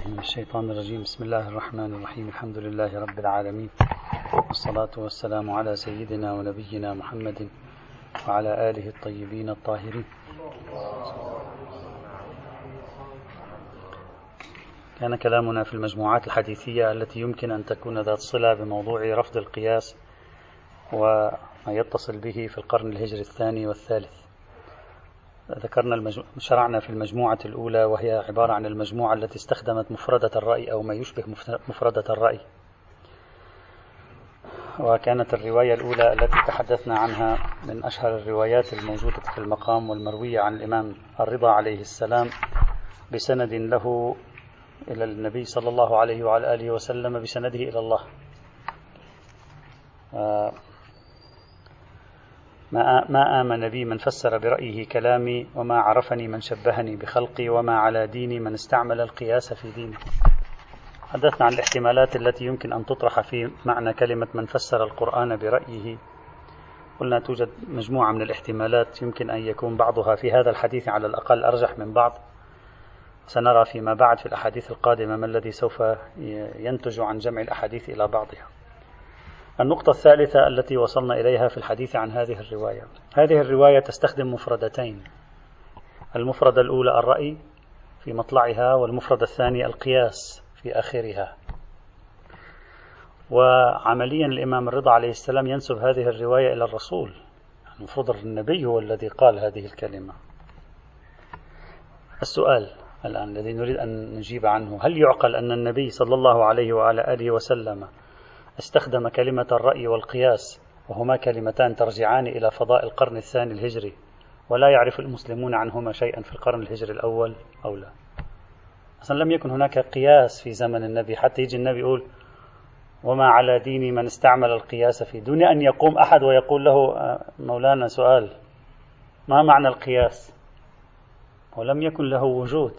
من الشيطان الرجيم. بسم الله الرحمن الرحيم. الحمد لله رب العالمين، والصلاة والسلام على سيدنا ونبينا محمد وعلى آله الطيبين الطاهرين. كان كلامنا في المجموعات الحديثية التي يمكن أن تكون ذات صلة بموضوع رفض القياس وما يتصل به في القرن الهجري الثاني والثالث. شرعنا في المجموعة الأولى، وهي عبارة عن المجموعة التي استخدمت مفردة الرأي أو ما يشبه مفردة الرأي، وكانت الرواية الأولى التي تحدثنا عنها من أشهر الروايات الموجودة في المقام والمروية عن الإمام الرضا عليه السلام بسند له إلى النبي صلى الله عليه وعلى آله وسلم بسنده إلى الله. ما آمن بي من فسر برأيه كلامي، وما عرفني من شبهني بخلقي، وما على ديني من استعمل القياس في ديني. حدثنا عن الاحتمالات التي يمكن أن تطرح في معنى كلمة من فسر القرآن برأيه. قلنا توجد مجموعة من الاحتمالات يمكن أن يكون بعضها في هذا الحديث على الأقل أرجح من بعض. سنرى فيما بعد في الأحاديث القادمة ما الذي سوف ينتج عن جمع الأحاديث إلى بعضها. النقطة الثالثة التي وصلنا إليها في الحديث عن هذه الرواية، هذه الرواية تستخدم مفردتين: المفردة الأولى الرأي في مطلعها، والمفردة الثانية القياس في آخرها. وعمليا الإمام الرضا عليه السلام ينسب هذه الرواية إلى الرسول، المفروض النبي هو الذي قال هذه الكلمة. السؤال الآن الذي نريد أن نجيب عنه: هل يعقل أن النبي صلى الله عليه وعلى آله وسلم استخدم كلمة الرأي والقياس، وهما كلمتان ترجعان إلى فضاء القرن الثاني الهجري، ولا يعرف المسلمون عنهما شيئا في القرن الهجري الأول أو لا؟ أصلا لم يكن هناك قياس في زمن النبي حتى يجي النبي يقول وما على ديني من استعمل القياس في، دون أن يقوم أحد ويقول له مولانا سؤال ما معنى القياس، ولم يكن له وجود.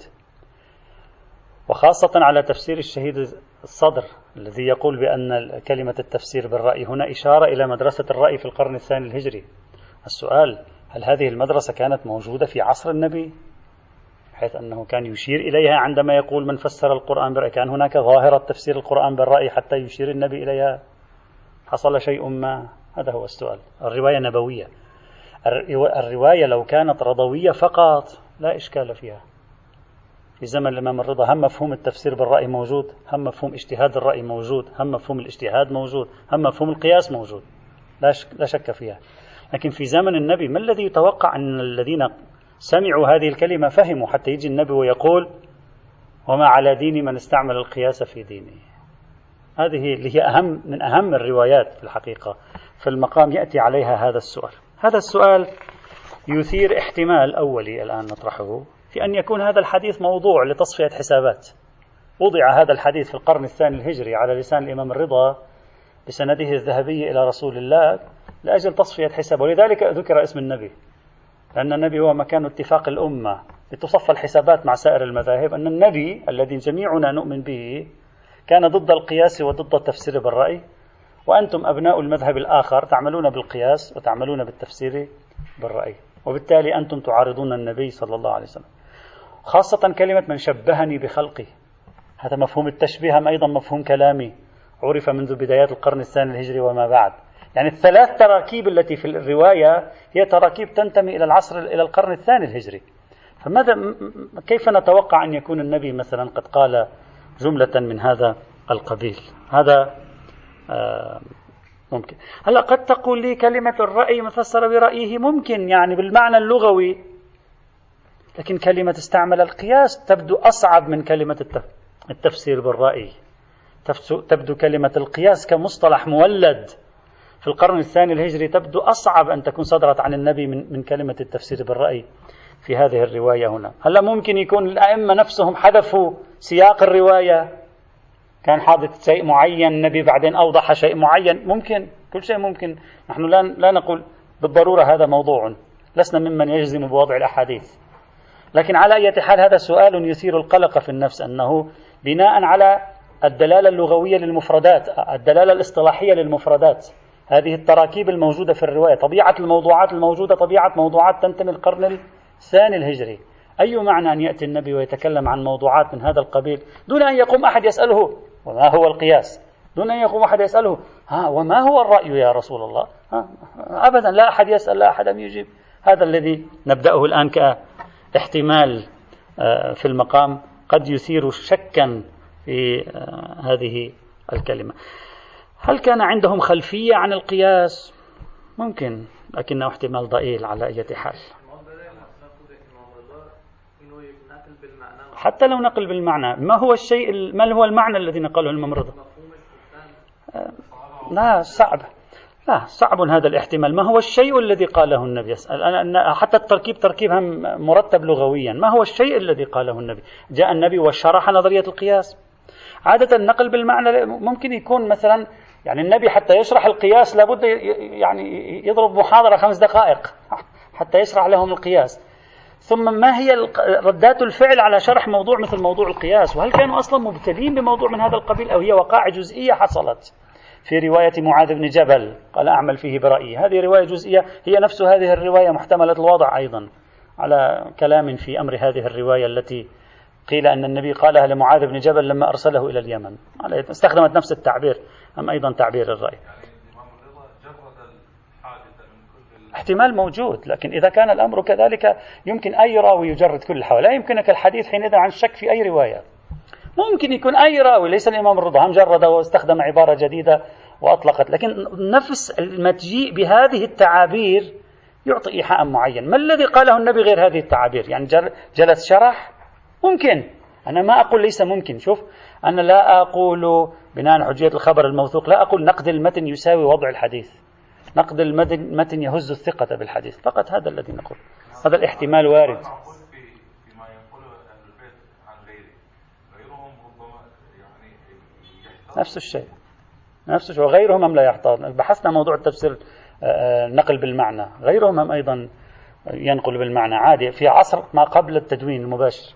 وخاصة على تفسير الشهيد الصدر الذي يقول بأن كلمة التفسير بالرأي هنا إشارة إلى مدرسة الرأي في القرن الثاني الهجري. السؤال: هل هذه المدرسة كانت موجودة في عصر النبي بحيث أنه كان يشير إليها عندما يقول من فسر القرآن بالرأي؟ كان هناك ظاهرة تفسير القرآن بالرأي حتى يشير النبي إليها؟ حصل شيء ما؟ هذا هو السؤال. الرواية نبوية. الرواية لو كانت رضوية فقط لا إشكال فيها. في زمن الإمام الرضا هم مفهوم التفسير بالرأي موجود، هم مفهوم اجتهاد الرأي موجود، هم مفهوم الاجتهاد موجود، هم مفهوم القياس موجود، لا شك فيها. لكن في زمن النبي ما الذي يتوقع أن الذين سمعوا هذه الكلمة فهموا حتى يجي النبي ويقول وما على دين من استعمل القياس في دينه؟ هذه اللي هي من أهم الروايات في الحقيقة. في المقام يأتي عليها هذا السؤال. هذا السؤال يثير احتمال أولي الآن نطرحه، في أن يكون هذا الحديث موضوع لتصفية حسابات. وضع هذا الحديث في القرن الثاني الهجري على لسان الإمام الرضا بسنده الذهبي إلى رسول الله لأجل تصفية حساب، ولذلك ذكر اسم النبي، لأن النبي هو مكان اتفاق الأمة لتصفى الحسابات مع سائر المذاهب. أن النبي الذي جميعنا نؤمن به كان ضد القياس وضد التفسير بالرأي، وأنتم أبناء المذهب الآخر تعملون بالقياس وتعملون بالتفسير بالرأي، وبالتالي أنتم تعارضون النبي صلى الله عليه وسلم. خاصة كلمة من شبهني بخلقي، هذا مفهوم التشبيه أيضا مفهوم كلامي عرف منذ بدايات القرن الثاني الهجري وما بعد. يعني الثلاث تراكيب التي في الرواية هي تراكيب تنتمي إلى القرن الثاني الهجري. كيف نتوقع أن يكون النبي مثلا قد قال جملة من هذا القبيل؟ هذا ممكن. هلا قد تقول لي كلمة الرأي مفسر برأيه ممكن يعني بالمعنى اللغوي، لكن كلمة استعمل القياس تبدو أصعب من كلمة التفسير بالرأي. تبدو كلمة القياس كمصطلح مولد في القرن الثاني الهجري تبدو أصعب أن تكون صدرت عن النبي من كلمة التفسير بالرأي في هذه الرواية هنا. هلا ممكن يكون الأئمة نفسهم حذفوا سياق الرواية، كان حادث شيء معين النبي بعدين أوضح شيء معين، ممكن، كل شيء ممكن. نحن لا نقول بالضرورة هذا موضوع، لسنا ممن يجزم بوضع الأحاديث، لكن على أي حال هذا سؤال يثير القلق في النفس، أنه بناء على الدلالة اللغوية للمفردات، الدلالة الاصطلاحية للمفردات، هذه التراكيب الموجودة في الرواية، طبيعة الموضوعات الموجودة طبيعة موضوعات تنتمي القرن الثاني الهجري، أي معنى أن يأتي النبي ويتكلم عن موضوعات من هذا القبيل دون أن يقوم أحد يسأله وما هو القياس، دون أن يقوم أحد يسأله وما هو الرأي يا رسول الله؟ أبدا، لا أحد يسأل، لا أحد يجيب. هذا الذي نبدأه الآن كاحتمال في المقام قد يثير شكا في هذه الكلمة. هل كان عندهم خلفية عن القياس؟ ممكن، لكنه احتمال ضئيل على أي حال. حتى لو نقل بالمعنى، ما هو المعنى الذي نقله الإمام رضا؟ لا صعب هذا الاحتمال. ما هو الشيء الذي قاله النبي؟ حتى التركيب تركيبها مرتب لغويا. ما هو الشيء الذي قاله النبي؟ جاء النبي وشرح نظرية القياس. عادة النقل بالمعنى ممكن يكون مثلا يعني النبي حتى يشرح القياس لابد يعني يضرب محاضرة 5 دقائق حتى يشرح لهم القياس. ثم ما هي ردات الفعل على شرح موضوع مثل موضوع القياس؟ وهل كانوا أصلا مبتلين بموضوع من هذا القبيل، أو هي وقائع جزئية حصلت؟ في رواية معاذ بن جبل قال أعمل فيه برأيي، هذه رواية جزئية، هي نفس هذه الرواية محتملة الوضع أيضا، على كلام في أمر هذه الرواية التي قيل أن النبي قالها لمعاذ بن جبل لما أرسله إلى اليمن، استخدمت نفس التعبير أم أيضا تعبير الرأي. احتمال موجود، لكن إذا كان الأمر كذلك يمكن أي راوي يجرد كل الحوالي. لا يمكنك الحديث حينئذ عن شك في أي رواية. ممكن يكون أي راوي ليس الإمام الرضا هم جرد واستخدم عبارة جديدة وأطلقت، لكن نفس المجيء بهذه التعابير يعطي إيحاء معين. ما الذي قاله النبي غير هذه التعابير؟ يعني جلس شرح؟ ممكن. أنا ما أقول ليس ممكن. شوف، أنا لا أقول بناء على حجية الخبر الموثوق، لا أقول نقد المتن يساوي وضع الحديث، نقد المتن يهز الثقة بالحديث، فقط هذا الذي نقول. هذا الاحتمال وارد. نفس الشيء وغيرهم هم لا يحتاط. بحثنا موضوع التفسير نقل بالمعنى، غيرهم هم أيضا ينقل بالمعنى عادي في عصر ما قبل التدوين المباشر.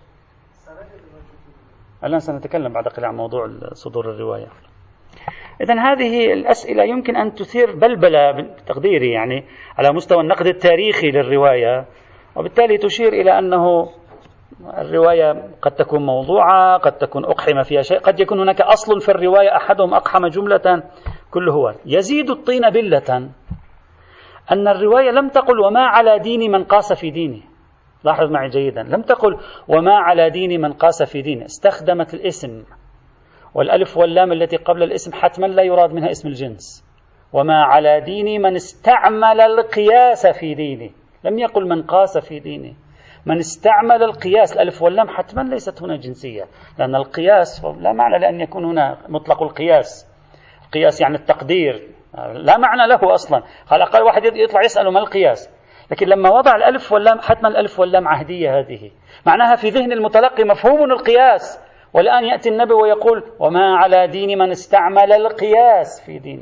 الآن سنتكلم بعد قليل عن موضوع صدور الرواية. إذن هذه الأسئلة يمكن أن تثير بلبلة بتقديري يعني على مستوى النقد التاريخي للرواية، وبالتالي تشير إلى أنه الرواية قد تكون موضوعة، قد تكون أقحم فيها شيء، قد يكون هناك أصل في الرواية أحدهم أقحم جملة، كله هو. يزيد الطين بلة أن الرواية لم تقل وما على دين من قاس في دينه. لاحظ معي جيدا، لم تقل وما على دين من قاس في دينه، استخدمت الاسم، والألف واللام التي قبل الاسم حتما لا يراد منها اسم الجنس. وما على دين من استعمل القياس في دينه، لم يقل من قاس في دينه، من استعمل القياس. الألف واللام حتما ليست هنا جنسية، لأن القياس لا معنى لأن يكون هنا مطلق القياس. القياس يعني التقدير، لا معنى له أصلا. على الأقل واحد يطلع يسأله ما القياس، لكن لما وضع الألف واللام حتما الألف واللام عهدية، هذه معناها في ذهن المتلقي مفهوم القياس. والآن يأتي النبي ويقول وما على دين من استعمل القياس في دينه.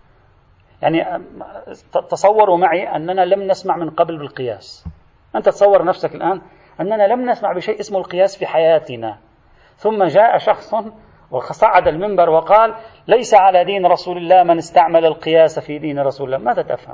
يعني تصوروا معي أننا لم نسمع من قبل بالقياس. أنت تصور نفسك الآن أننا لم نسمع بشيء اسمه القياس في حياتنا، ثم جاء شخص وصعد المنبر وقال ليس على دين رسول الله من استعمل القياس في دين رسول الله. ماذا تفهم؟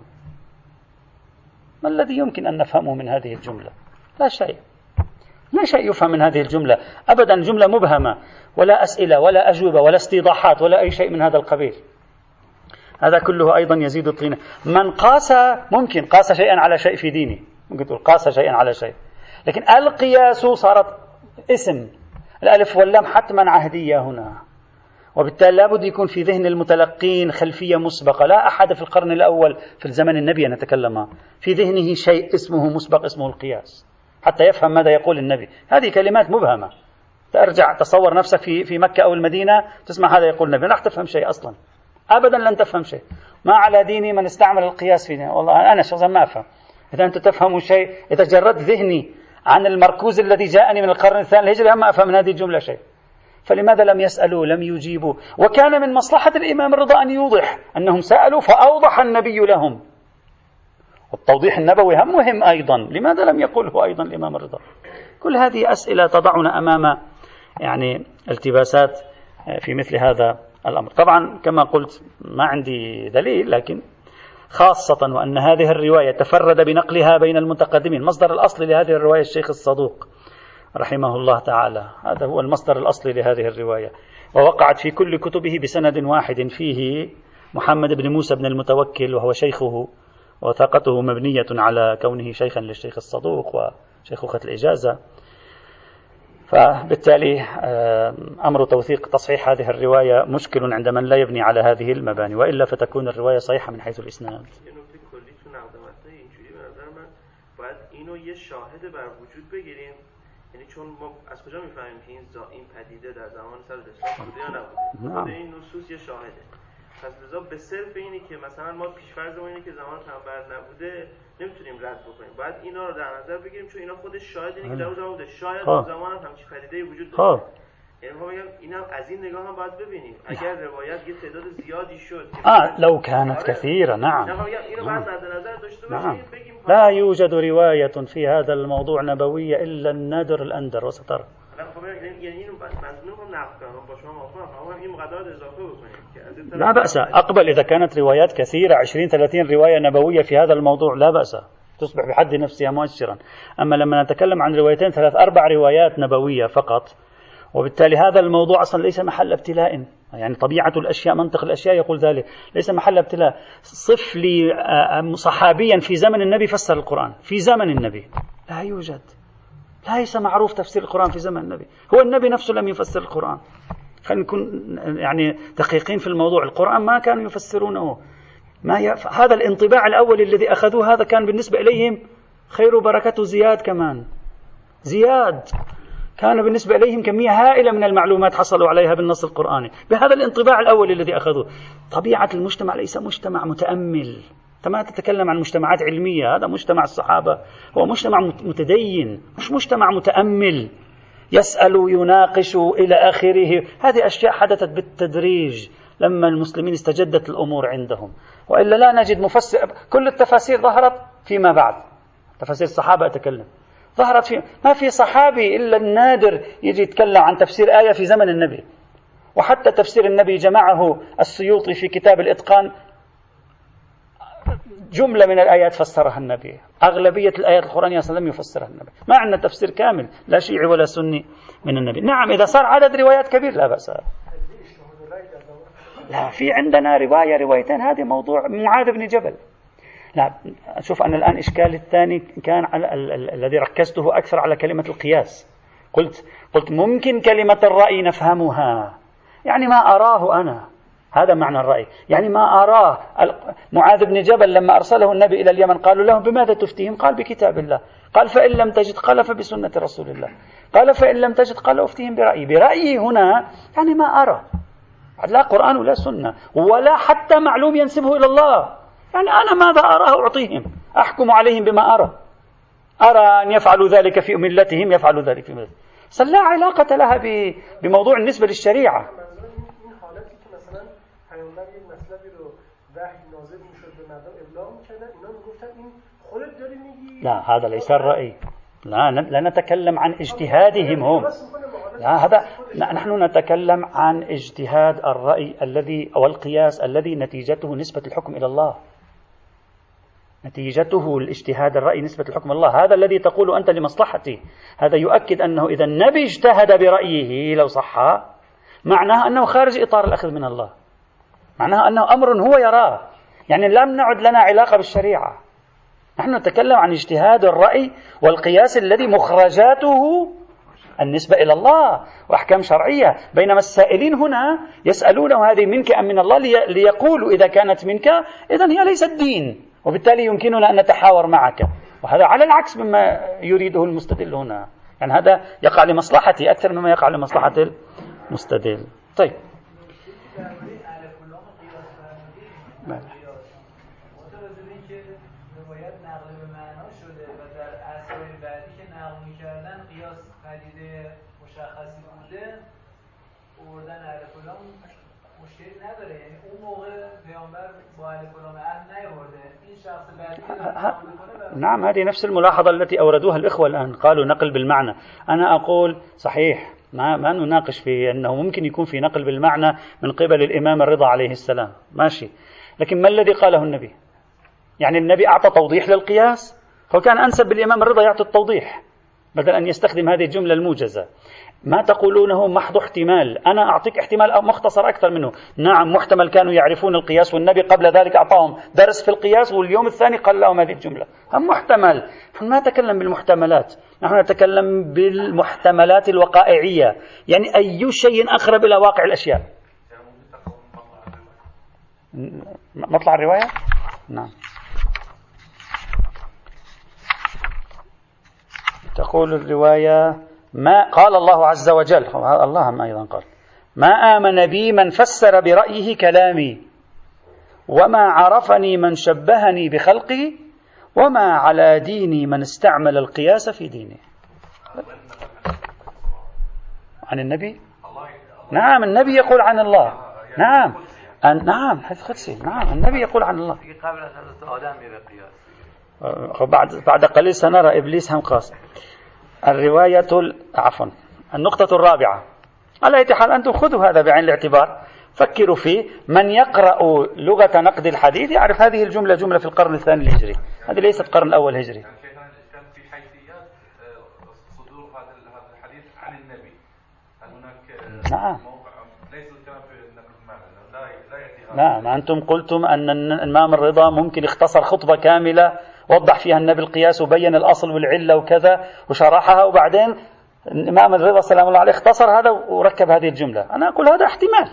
ما الذي يمكن أن نفهمه من هذه الجملة؟ لا شيء يفهم من هذه الجملة أبدا. جملة مبهمة، ولا أسئلة ولا أجوبة ولا استيضاحات ولا أي شيء من هذا القبيل. هذا كله أيضا يزيد الطين. من قاس ممكن قاس شيئا على شيء في دينه، ممكن تقول قاس شيئا على شيء، لكن القياس صارت اسم، الألف واللام حتما عهدية هنا، وبالتالي لابد يكون في ذهن المتلقين خلفية مسبقة. لا أحد في القرن الأول في الزمن النبي نتكلم في ذهنه شيء اسمه مسبق اسمه القياس حتى يفهم ماذا يقول النبي. هذه كلمات مبهمة. ترجع تصور نفسك في مكة أو المدينة تسمع هذا يقول النبي، لا تفهم شيء أصلا، أبدا لن تفهم شيء. ما على ديني من استعمل القياس فينا. والله أنا شخصا ما أفهم. إذا أنت تفهم شيء، إذا جردت ذهني عن المركوز الذي جاءني من القرن الثاني الهجري ما أفهم من هذه الجملة شيء. فلماذا لم يسألوا، لم يجيبوا؟ وكان من مصلحة الإمام الرضا أن يوضح، أنهم سألوا فأوضح النبي لهم. والتوضيح النبوي هم مهم أيضا، لماذا لم يقله أيضا الإمام الرضا؟ كل هذه أسئلة تضعنا أمام يعني التباسات في مثل هذا الأمر. طبعا كما قلت ما عندي دليل، لكن خاصة وأن هذه الرواية تفرد بنقلها بين المتقدمين. مصدر الأصل لهذه الرواية الشيخ الصدوق، رحمه الله تعالى، هذا هو المصدر الأصلي لهذه الرواية، ووقعت في كل كتبه بسند واحد فيه محمد بن موسى بن المتوكل وهو شيخه، وثقته مبنية على كونه شيخا للشيخ الصدوق وشيخوخة الإجازة. فبالتالي أمر توثيق تصحيح هذه الرواية مشكل عند من لا يبني على هذه المباني، وإلا فتكون الرواية صحيحة من حيث الإسناد. یعنی چون ما از کجا میفهمیم که این پدیده در زمان صدر اسلام بوده یا نبوده؟ خود این نصوص یه شاهده. پس لذا به صرف اینی که مثلا ما پیش‌فرض ما اینه که زمان پیامبر نبوده نمیتونیم رد بکنیم، باید اینا رو در نظر بگیریم چون اینا خودش شاهدی که در اون زمان بوده، شاید اون زمان هم همچین پدیده‌ای وجود داره. یعنی ما میگم اینم از این نگاه هم باید ببینیم اگر روایت یه تعداد زیادی شد لو كانت كثيرة نعم نعم لا يوجد رواية في هذا الموضوع نبوية إلا النادر الأندر وسترى. لا بأس، أقبل إذا كانت روايات كثيرة 20-30 رواية نبوية في هذا الموضوع لا بأس، تصبح بحد نفسها مؤشرا. أما لما نتكلم عن روايتين 3-4 روايات نبوية فقط، وبالتالي هذا الموضوع أصلا ليس محل ابتلاء، يعني طبيعة الأشياء منطق الأشياء يقول ذلك، ليس محل ابتلاء. صف لي صحابيا في زمن النبي فسر القرآن في زمن النبي، لا يوجد، ليس معروف تفسير القرآن في زمن النبي، هو النبي نفسه لم يفسر القرآن. خلينا نكون يعني دقيقين في الموضوع، القرآن ما كانوا يفسرونه، هذا الانطباع الأول الذي أخذوه هذا كان بالنسبة إليهم خير وبركته زياد، كمان زياد كان بالنسبة إليهم كمية هائلة من المعلومات حصلوا عليها بالنص القرآني بهذا الانطباع الأول الذي أخذوه. طبيعة المجتمع ليس مجتمع متأمل، أنت ما تتكلم عن مجتمعات علمية، هذا مجتمع الصحابة هو مجتمع متدين، مش مجتمع متأمل يسأل يناقش إلى آخره. هذه أشياء حدثت بالتدريج لما المسلمين استجدت الأمور عندهم، وإلا لا نجد مفسر. كل التفاسير ظهرت فيما بعد، تفاسير الصحابة أتكلم ظهرت ما في صحابي إلا النادر يجي يتكلم عن تفسير آية في زمن النبي، وحتى تفسير النبي جمعه السيوطي في كتاب الإتقان، جملة من الآيات فسرها النبي، أغلبية الآيات القرآنية لم يفسرها النبي، ما عندنا تفسير كامل لا شيعي ولا سني من النبي. نعم إذا صار عدد روايات كبير لا بأس، لا في عندنا روايتين، هذه موضوع معاذ بن جبل. لا شوف أنا الآن إشكال الثاني كان على الذي ركزته أكثر على كلمة القياس. قلت ممكن كلمة الرأي نفهمها، يعني ما أراه أنا، هذا معنى الرأي، يعني ما أراه. معاذ بن جبل لما أرسله النبي إلى اليمن قالوا له بماذا تفتيهم؟ قال بكتاب الله. قال فإن لم تجد؟ قال فبسنة رسول الله. قال فإن لم تجد؟ قال أفتيهم برأيي. برأيي هنا يعني ما أرى، لا قرآن ولا سنة ولا حتى معلوم ينسبه إلى الله، يعني أنا ماذا أراه أعطيهم، أحكم عليهم بما أرى أن يفعلوا ذلك في ملتهم يفعلوا ذلك في ملتهم. لا علاقة لها بموضوع النسبة للشريعة. لا هذا ليس الرأي، لا نتكلم عن اجتهادهم هم، لا هذا نحن نتكلم عن اجتهاد الرأي الذي أو القياس الذي نتيجته نسبة الحكم إلى الله، نتيجته الاجتهاد الرأي نسبة الحكم الله، هذا الذي تقول أنت لمصلحتي. هذا يؤكد أنه إذا النبي اجتهد برأيه لو صح معناه أنه خارج إطار الأخذ من الله، معناه أنه أمر هو يراه، يعني لم نعد لنا علاقة بالشريعة. نحن نتكلم عن اجتهاد الرأي والقياس الذي مخرجاته النسبة إلى الله وأحكام شرعية، بينما السائلين هنا يسألونه هذه منك أم من الله ليقولوا إذا كانت منك إذن هي ليست دين، وبالتالي يمكننا أن نتحاور معك، وهذا على العكس مما يريده المستدل هنا، يعني هذا يقع لمصلحتي أكثر مما يقع لمصلحة المستدل. طيب نعم هذه نفس الملاحظة التي أوردوها الإخوة الآن، قالوا نقل بالمعنى. أنا أقول صحيح ما نناقش في أنه ممكن يكون في نقل بالمعنى من قبل الإمام الرضا عليه السلام، ماشي، لكن ما الذي قاله النبي؟ يعني النبي أعطى توضيح للقياس، فكان أنسب بالإمام الرضا يعطي التوضيح، بدل أن يستخدم هذه الجملة الموجزة. ما تقولونه محض احتمال، أنا أعطيك احتمال أو مختصر أكثر منه. نعم محتمل كانوا يعرفون القياس، والنبي قبل ذلك أعطاهم درس في القياس، واليوم الثاني قال لهم هذه الجملة. هم محتمل، ما نتكلم بالمحتملات، نحن نتكلم بالمحتملات الوقائعية، يعني أي شيء أقرب إلى واقع الأشياء. مطلع الرواية؟ نعم. تقول الرواية: ما قال الله عز وجل، الله ما أيضا قال: ما آمن بي من فسر برأيه كلامي، وما عرفني من شبهني بخلقي، وما على ديني من استعمل القياس في دينه. عن النبي؟ نعم النبي يقول عن الله. نعم نعم حديث قدسي. نعم النبي يقول عن الله. بعد قليل سنرى إبليس هم قاس. الرواية عفوا النقطة الرابعة. على أي حال أنتم خذوا هذا بعين الاعتبار، فكروا فيه. من يقرأ لغة نقد الحديث يعرف هذه الجملة جملة في القرن الثاني الهجري، هذه ليست القرن الأول الهجري. كان في حيثيات صدور هذا الحديث عن النبي، هل هناك نعم موقع ليس الكلام في النقد المعنى لا يأتي. نعم أنتم قلتم أن الإمام الرضا ممكن اختصر خطبة كاملة وضح فيها النبي القياس وبين الأصل والعلة وكذا وشرحها، وبعدين الإمام الرضا سلام الله عليه اختصر هذا وركب هذه الجملة. أنا أقول هذا احتمال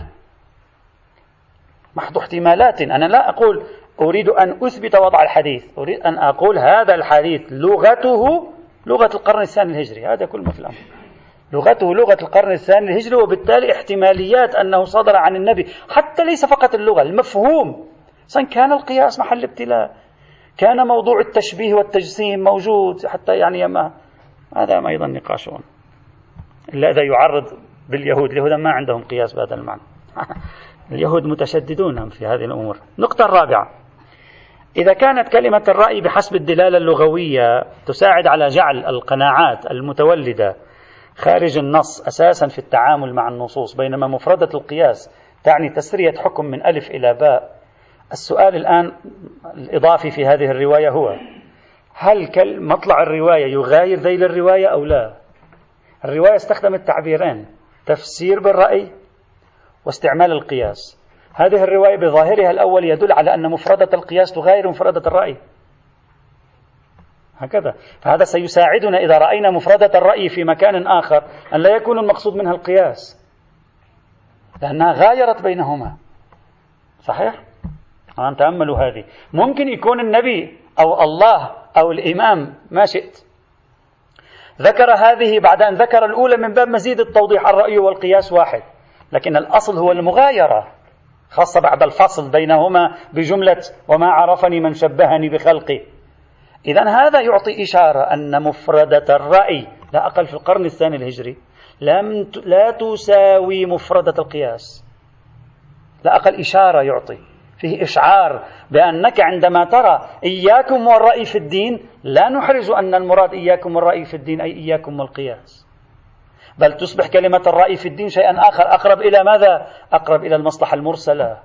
محض احتمالات. أنا لا أقول أريد أن أثبت وضع الحديث، أريد أن أقول هذا الحديث لغته لغة القرن الثاني الهجري، هذا كل ما في الأمر. لغته لغة القرن الثاني الهجري، وبالتالي احتماليات أنه صدر عن النبي، حتى ليس فقط اللغة، المفهوم. كان القياس محل ابتلاء، كان موضوع التشبيه والتجسيم موجود، حتى يعني ما هذا ما أيضا نقاشون إلا إذا يعرض باليهود. اليهود ما عندهم قياس بهذا المعنى اليهود متشددون في هذه الأمور. النقطة الرابعة: إذا كانت كلمة الرأي بحسب الدلالة اللغوية تساعد على جعل القناعات المتولدة خارج النص أساسا في التعامل مع النصوص، بينما مفردة القياس تعني تسرية حكم من ألف إلى باء، السؤال الآن الإضافي في هذه الرواية هو: هل مطلع الرواية يغاير ذيل الرواية أو لا؟ الرواية استخدمت تعبيرين: تفسير بالرأي واستعمال القياس. هذه الرواية بظاهرها الأول يدل على أن مفردة القياس تغاير مفردة الرأي، هكذا. فهذا سيساعدنا إذا رأينا مفردة الرأي في مكان آخر أن لا يكون المقصود منها القياس، لأنها غايرت بينهما. صحيح؟ تأملوا هذه. ممكن يكون النبي أو الله أو الإمام ما شئت ذكر هذه بعد أن ذكر الأولى من باب مزيد التوضيح. الرأي والقياس واحد، لكن الأصل هو المغايرة، خاصة بعد الفصل بينهما بجملة وما عرفني من شبهني بخلقي. إذن هذا يعطي إشارة أن مفردة الرأي لا أقل في القرن الثاني الهجري لا تساوي مفردة القياس، لا أقل إشارة يعطي فيه إشعار بأنك عندما ترى إياكم والرأي في الدين لا نحرز أن المراد إياكم والرأي في الدين أي إياكم والقياس، بل تصبح كلمة الرأي في الدين شيئا آخر، أقرب إلى ماذا؟ أقرب إلى المصلحة المرسلة،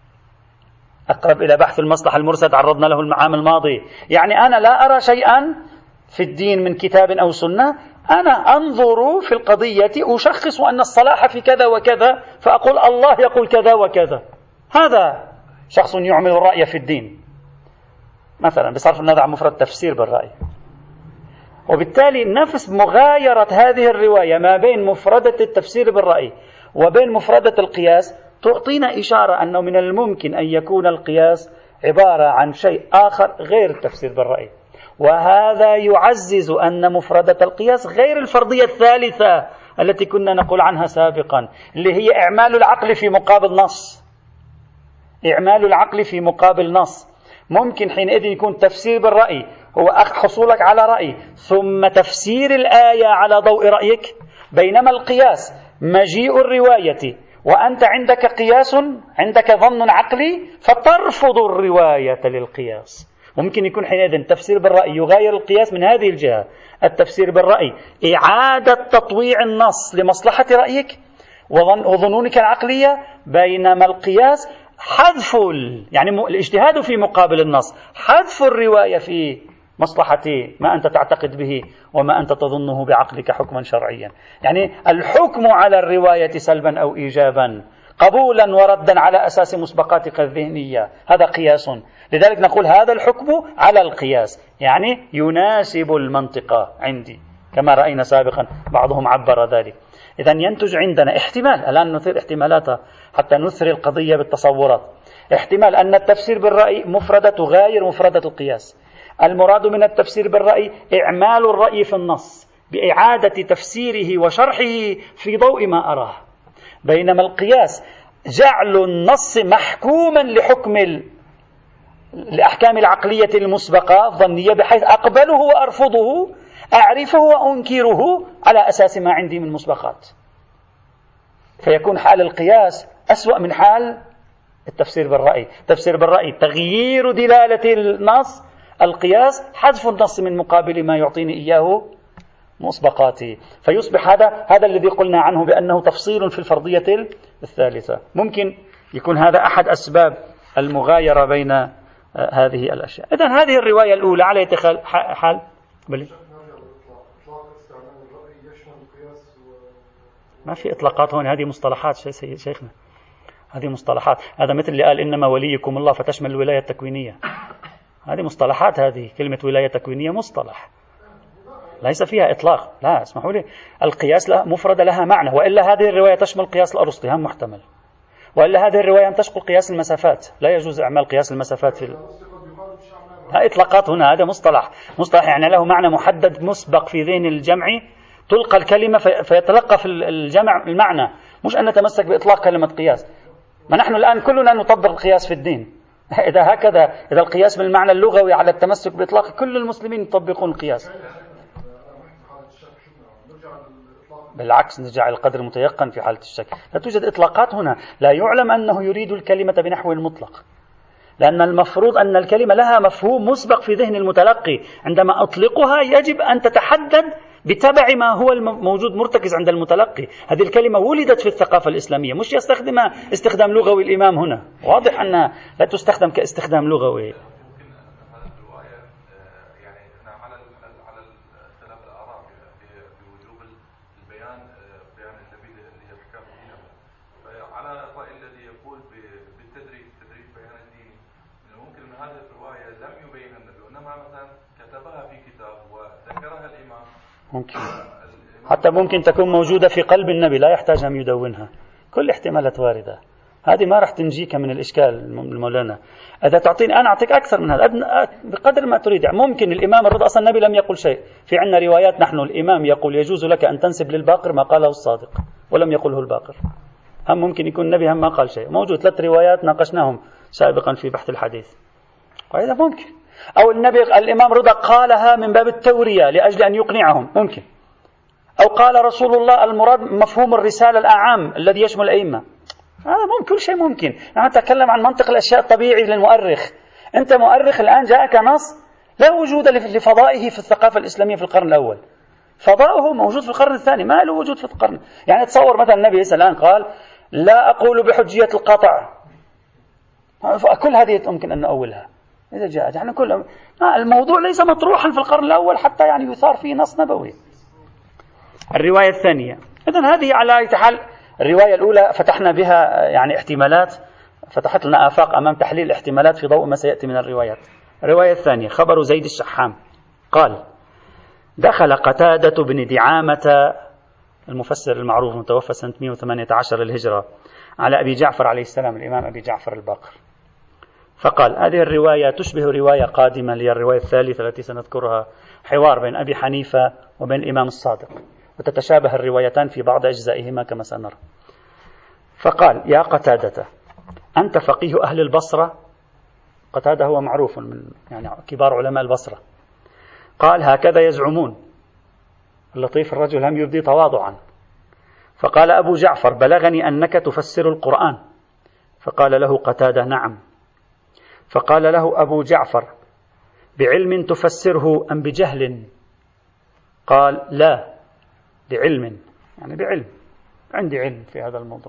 أقرب إلى بحث المصلحة المرسلة تعرضنا له العام الماضي. يعني أنا لا أرى شيئا في الدين من كتاب أو سنة، أنا أنظر في القضية أشخص أن الصلاح في كذا وكذا، فأقول الله يقول كذا وكذا. هذا شخص يعمل الرأي في الدين مثلا بصرف النظر عن مفرد تفسير بالرأي. وبالتالي نفس مغايرة هذه الرواية ما بين مفردة التفسير بالرأي وبين مفردة القياس تعطينا إشارة أنه من الممكن أن يكون القياس عبارة عن شيء آخر غير التفسير بالرأي، وهذا يعزز أن مفردة القياس غير الفرضية الثالثة التي كنا نقول عنها سابقا، اللي هي إعمال العقل في مقابل نص. إعمال العقل في مقابل نص ممكن حينئذ يكون تفسير بالرأي هو حصولك على رأي ثم تفسير الآية على ضوء رأيك، بينما القياس مجيء الرواية وأنت عندك قياس، عندك ظن عقلي فترفض الرواية للقياس. ممكن يكون حينئذ تفسير بالرأي يغاير القياس من هذه الجهة، التفسير بالرأي إعادة تطويع النص لمصلحة رأيك وظنونك العقلية، بينما القياس حذف يعني الاجتهاد في مقابل النص، حذف الرواية في مصلحتي ما أنت تعتقد به وما أنت تظنه بعقلك حكما شرعيا. يعني الحكم على الرواية سلبا أو إيجابا، قبولا وردا على أساس مسبقاتك الذهنية، هذا قياس. لذلك نقول هذا الحكم على القياس، يعني يناسب المنطقة عندي كما رأينا سابقا، بعضهم عبر ذلك. إذن ينتج عندنا احتمال، الآن نثير احتمالاتها حتى نثري القضية بالتصورات. احتمال أن التفسير بالرأي مفردة غير مفردة القياس. المراد من التفسير بالرأي إعمال الرأي في النص بإعادة تفسيره وشرحه في ضوء ما أراه، بينما القياس جعل النص محكوما لحكم الأحكام العقلية المسبقة الظنية، بحيث أقبله وأرفضه، أعرفه وأنكره على أساس ما عندي من مسبقات. فيكون حال القياس أسوأ من حال التفسير بالرأي. التفسير بالرأي تغيير دلالة النص، القياس حذف النص من مقابل ما يعطيني إياه مسبقاتي. فيصبح هذا الذي قلنا عنه بأنه تفصيل في الفرضية الثالثة. ممكن يكون هذا أحد أسباب المغايرة بين هذه الأشياء. إذن هذه الرواية الأولى على يتخال حال بلي ما في إطلاقات هون، هذه مصطلحات شيخنا، هذه مصطلحات. هذا مثل اللي قال إنما وليكم الله فتشمل الولاية التكوينية، هذه مصطلحات. هذه كلمة ولاية تكوينية مصطلح ليس فيها إطلاق. لا اسمحوا لي، القياس مفردة لها معنى، وإلا هذه الرواية تشمل قياس الأرسطي، هم محتمل، وإلا هذه الرواية تشمل قياس المسافات، لا يجوز إعمال قياس المسافات في إطلاقات. هنا هذا مصطلح يعني له معنى محدد مسبق في ذهن الجمع، تلقى الكلمة فيتلقى في الجمع المعنى، مش أن نتمسك بإطلاق كلمة قياس. ما نحن الآن كلنا نطبق القياس في الدين. إذا القياس بالمعنى اللغوي على التمسك بإطلاق، كل المسلمين يطبقون القياس. بالعكس، نرجع القدر المتيقن في حالة الشك. لا توجد إطلاقات هنا، لا يعلم أنه يريد الكلمة بنحو المطلق، لأن المفروض أن الكلمة لها مفهوم مسبق في ذهن المتلقي. عندما أطلقها يجب أن تتحدد بتبع ما هو الموجود مرتكز عند المتلقي. هذه الكلمة ولدت في الثقافة الإسلامية، مش يستخدمها استخدام لغوي الإمام هنا، واضح أنها لا تستخدم كاستخدام لغوي. ممكن حتى ممكن تكون موجودة في قلب النبي، لا يحتاج أن يدونها. كل احتمالات واردة، هذه ما راح تنجيك من الإشكال المولانا. إذا تعطيني أنا أعطيك أكثر من هذا بقدر ما تريد. ممكن الإمام الرضا، أصلا النبي لم يقل شيء. في عنا روايات نحن الإمام يقول يجوز لك أن تنسب للباقر ما قاله الصادق ولم يقله الباقر. هم ممكن يكون النبي هم ما قال شيء. موجود 3 روايات ناقشناهم سابقا في بحث الحديث، وهذا ممكن. أو الإمام رضا قالها من باب التورية لأجل أن يقنعهم، ممكن. أو قال رسول الله المراد مفهوم الرسالة الأعام الذي يشمل الأئمة، هذا ممكن. كل شيء ممكن. نحن نتكلم عن منطق الأشياء الطبيعي للمؤرخ. أنت مؤرخ الآن، جاءك نص لا وجود لفضائه في الثقافة الإسلامية في القرن الأول، فضاؤه موجود في القرن الثاني، ما له وجود في القرن. يعني تصور مثلا النبي الآن قال لا أقول بحجية القطع، كل هذه ممكن أن نؤولها إذا جاءت. يعني كل الموضوع ليس مطروحا في القرن الأول حتى يعني يثار فيه نص نبوي. الرواية الثانية، إذن هذه على أي حال الرواية الأولى فتحنا بها يعني احتمالات، فتحت لنا آفاق أمام تحليل الاحتمالات في ضوء ما سيأتي من الروايات. الرواية الثانية خبر زيد الشحام قال دخل قتادة بن دعامة المفسر المعروف المتوفى سنة 118 للهجرة على أبي جعفر عليه السلام، الإمام أبي جعفر الباقر، فقال هذه الرواية تشبه رواية قادمة لي الرواية الثالثة التي سنذكرها، حوار بين أبي حنيفة وبين الإمام الصادق، وتتشابه الروايتان في بعض أجزائهما كما سنرى. فقال يا قتادة أنت فقيه أهل البصرة. قتادة هو معروف من يعني كبار علماء البصرة. قال هكذا يزعمون. اللطيف الرجل هم يبدي تواضعا. فقال أبو جعفر بلغني أنك تفسر القرآن. فقال له قتادة نعم. فقال له أبو جعفر بعلم تفسره أم بجهل؟ قال لا بعلم، يعني بعلم، عندي علم في هذا الموضوع.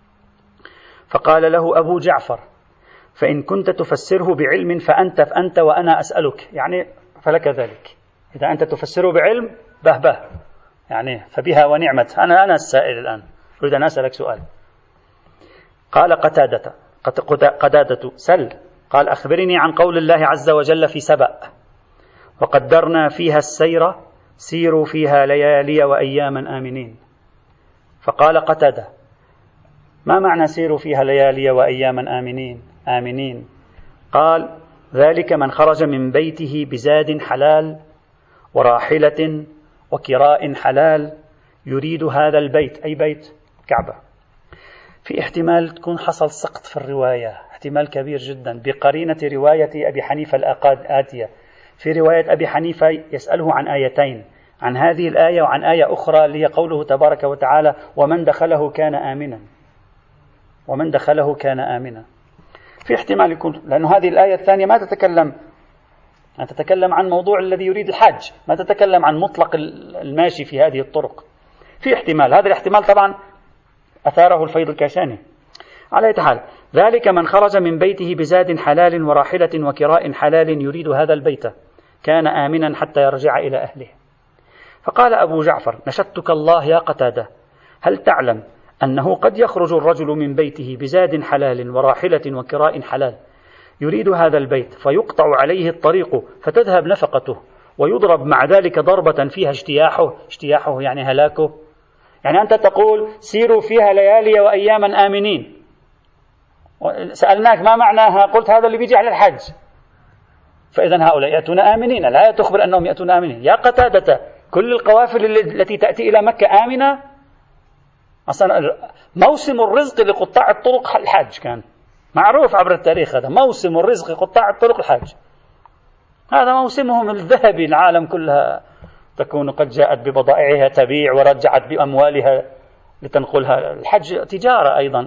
فقال له أبو جعفر فإن كنت تفسره بعلم فأنت وأنا أسألك، يعني فلك ذلك. إذا أنت تفسره بعلم به يعني فبها ونعمت. أنا السائل الآن، أريد أن أسألك سؤال. قال قتادة سل، قال أخبرني عن قول الله عز وجل في سبأ: وقدرنا فيها السير سيروا فيها ليالي وأياما آمنين. فقال قتادة: ما معنى سيروا فيها ليالي وأياما آمنين؟ قال: ذلك من خرج من بيته بزاد حلال وراحلة وكراء حلال يريد هذا البيت، أي بيت كعبة. في احتمال تكون حصل سقط في الرواية، احتمال كبير جدا، بقرينة رواية أبي حنيفة الآتية. في رواية أبي حنيفة يسأله عن آيتين، عن هذه الآية وعن آية أخرى اللي هي قوله تبارك وتعالى: ومن دخله كان آمنا. في احتمال يكون، لأن هذه الآية الثانية ما تتكلم عن موضوع الذي يريد الحج، ما تتكلم عن مطلق الماشي في هذه الطرق. في احتمال، هذا الاحتمال طبعا أثاره الفيض الكاشاني. على أي حال، ذلك من خرج من بيته بزاد حلال وراحلة وكراء حلال يريد هذا البيت كان آمنا حتى يرجع إلى أهله. فقال أبو جعفر: نشدتك الله يا قتادة، هل تعلم أنه قد يخرج الرجل من بيته بزاد حلال وراحلة وكراء حلال يريد هذا البيت فيقطع عليه الطريق فتذهب نفقته ويضرب مع ذلك ضربة فيها اجتياحه يعني هلاكه. يعني أنت تقول سيروا فيها ليالي وأياما آمنين، سألناك ما معناها، قلت هذا اللي بيجي على الحج، فإذا هؤلاء يأتون آمنين. الآية تخبر أنهم يأتون آمنين. يا قتادة، كل القوافل التي تأتي إلى مكة آمنة؟ أصلا موسم الرزق لقطاع الطرق الحج كان معروف عبر التاريخ، هذا موسم الرزق قطاع الطرق الحج، هذا موسمهم الذهبي. العالم كلها تكون قد جاءت ببضائعها تبيع ورجعت بأموالها لتنقلها. الحج تجارة أيضا.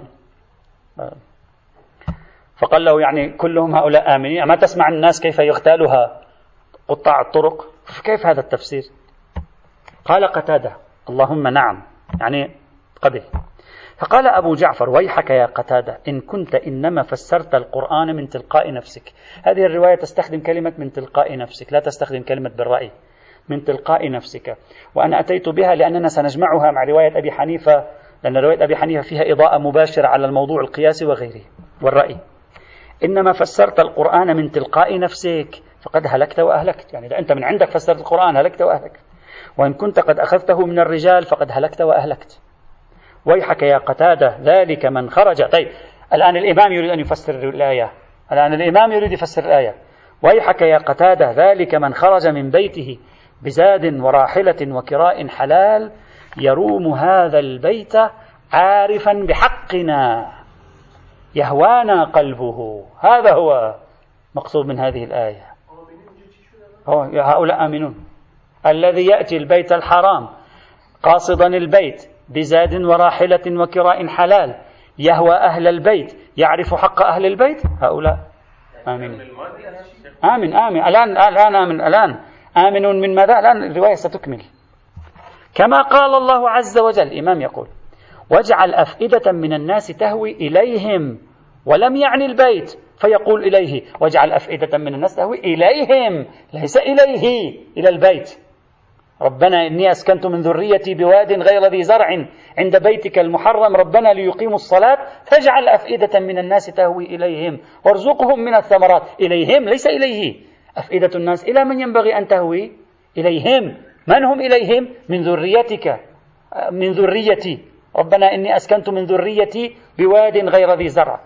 فقال له يعني كلهم هؤلاء آمنين؟ ما تسمع الناس كيف يغتالها قطاع الطرق؟ كيف هذا التفسير؟ قال قتادة: اللهم نعم، يعني قبل. فقال أبو جعفر: ويحك يا قتادة، إن كنت إنما فسرت القرآن من تلقاء نفسك. هذه الرواية تستخدم كلمة من تلقاء نفسك، لا تستخدم كلمة بالرأي، من تلقاء نفسك. وأنا أتيت بها لأننا سنجمعها مع رواية أبي حنيفة، لأن رواية أبي حنيفة فيها إضاءة مباشرة على الموضوع القياسي وغيره والرأي. إنما فسرت القرآن من تلقاء نفسك فقد هلكت وأهلكت، يعني إذا أنت من عندك فسرت القرآن هلكت وأهلكت. وإن كنت قد أخذته من الرجال فقد هلكت وأهلكت. ويحك يا قتادة، ذلك من خرج. طيب الآن الإمام يريد أن يفسر الآية، ويحك يا قتادة، ذلك من خرج من بيته بزاد وراحلة وكراء حلال يروم هذا البيت عارفا بحقنا يهوانا قلبه. هذا هو مقصود من هذه الآية. هؤلاء آمنون. الذي يأتي البيت الحرام قاصدا البيت بزاد وراحلة وكراء حلال يهوى أهل البيت يعرف حق أهل البيت، هؤلاء آمنون. الآن آمنون من ماذا؟ الآن الرواية ستكمل. كما قال الله عز وجل، الإمام يقول: واجعل أفئدة من الناس تهوي إليهم، ولم يعني البيت فيقول إليه، واجعل أفئدة من الناس تهوي إليهم، ليس إليه، إلى البيت. ربنا إني أسكنت من ذريتي بواد غير ذي زرع عند بيتك المحرم ربنا ليقيموا الصلاة فاجعل أفئدة من الناس تهوي إليهم وارزقهم من الثمرات. إليهم ليس إليه. أفئدة الناس إلى من ينبغي أن تهوي؟ إليهم. من هم إليهم؟ من ذريتك، من ذريتي. ربنا إني أسكنت من ذريتي بواد غير ذي زرع،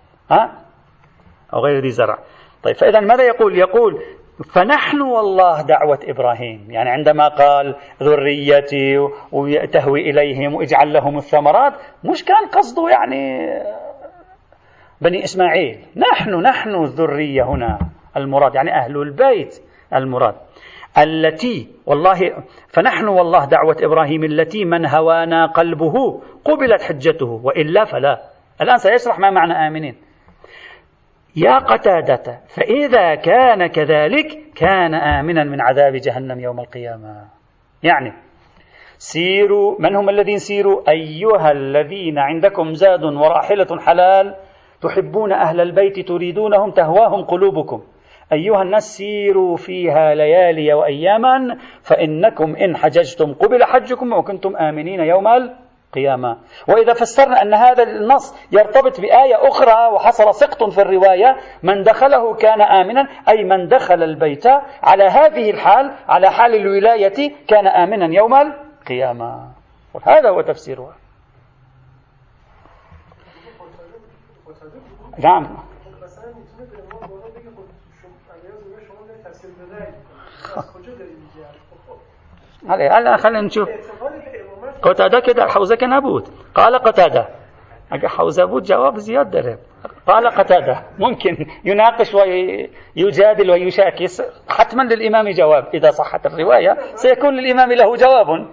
أو غير ذي زرع. طيب فإذا ماذا يقول فنحن والله دعوة إبراهيم، يعني عندما قال ذريتي وتهوي إليهم واجعل لهم الثمرات، مش كان قصده يعني بني إسماعيل. نحن الذرية هنا المراد، يعني أهل البيت المراد. التي والله فنحن والله دعوة إبراهيم التي من هوانا قلبه قبلت حجته وإلا فلا. الآن سيشرح ما معنى آمنين. يا قتادة، فإذا كان كذلك كان آمنا من عذاب جهنم يوم القيامة. يعني سيروا، من هم الذين سيروا؟ أيها الذين عندكم زاد وراحلة حلال تحبون أهل البيت تريدونهم تهواهم قلوبكم. أيها الناس سيروا فيها ليالي وأياما فإنكم إن حججتم قبل حجكم وكنتم آمنين يوم القيامة. وإذا فسرنا أن هذا النص يرتبط بآية أخرى وحصل سقط في الرواية، من دخله كان آمنا، أي من دخل البيت على هذه الحال، على حال الولاية، كان آمنا يوم القيامة. هذا هو تفسيرها. نعم. هلا خلينا نشوف. قتادة كده حوزة كان أبود قال قتادة، أجا حوزة أبود جواب زيادة درب. قال قتادة ممكن يناقش ويجادل ويشاكس، حتما للإمام جواب إذا صحت الرواية سيكون للإمام له جواب.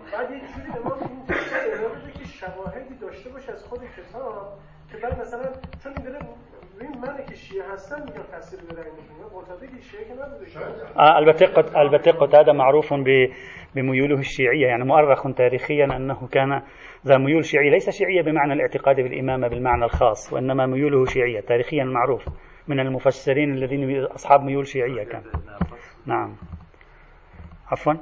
البته قتادة معروف بميوله الشيعية، يعني مؤرخ تاريخيا أنه كان ذا ميول شيعي، ليس شيعية بمعنى الاعتقاد بالإمامة بالمعنى الخاص، وإنما ميوله شيعية تاريخيا، معروف من المفسرين الذين أصحاب ميول شيعية كان. نعم عفوا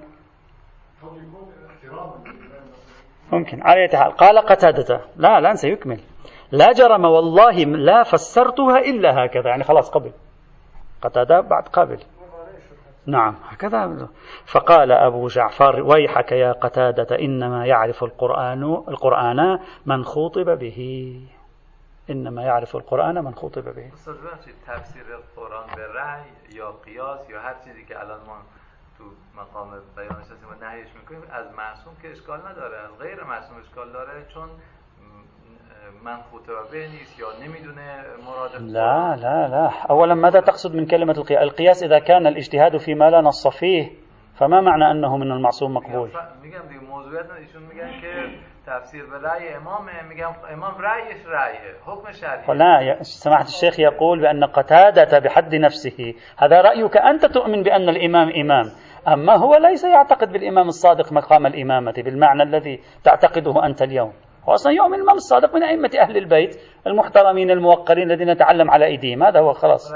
ممكن على يتحال. قال قتادة لا ننسى يكمل، لا جرم والله لا فسرتها إلا هكذا، يعني خلاص قبل قتادة بعد قابل. نعم هكذا. فقال أبو جعفر ويحك يا قتادة إنما يعرف القرآن من خطب به، إنما يعرف القرآن من خطب به. تفسیر قرآن به رأی یا قیاس یا هر چیزی که الان ما تو مقام بیانش هستیم و نهیش میکنیم از معصوم که اشکال نداره، از غیر معصوم اشکال داره، چون من خطبه به نیست یا نمیدونه مراد. لا أولا ماذا تقصد من كلمة القياس؟ إذا كان الاجتهاد فيما لا نص فيه فما معنى أنه من المعصوم مقبول؟ میگم دیگه موضوعیت ایشون میگن که تفسیر به رأی امامه، میگم امام رأیش رأیه، حکم شرعی. لا سماحة الشيخ يقول بأن قتادة بحد نفسه هذا رأيك أنت، تؤمن بأن الإمام إمام، أما هو ليس يعتقد بالإمام الصادق مقام الإمامة بالمعنى الذي تعتقده أنت اليوم. هو أصلا يوم الإمام الصادق من أئمة أهل البيت المحترمين الموقرين الذين نتعلم على أيديهم، هذا هو خلاص.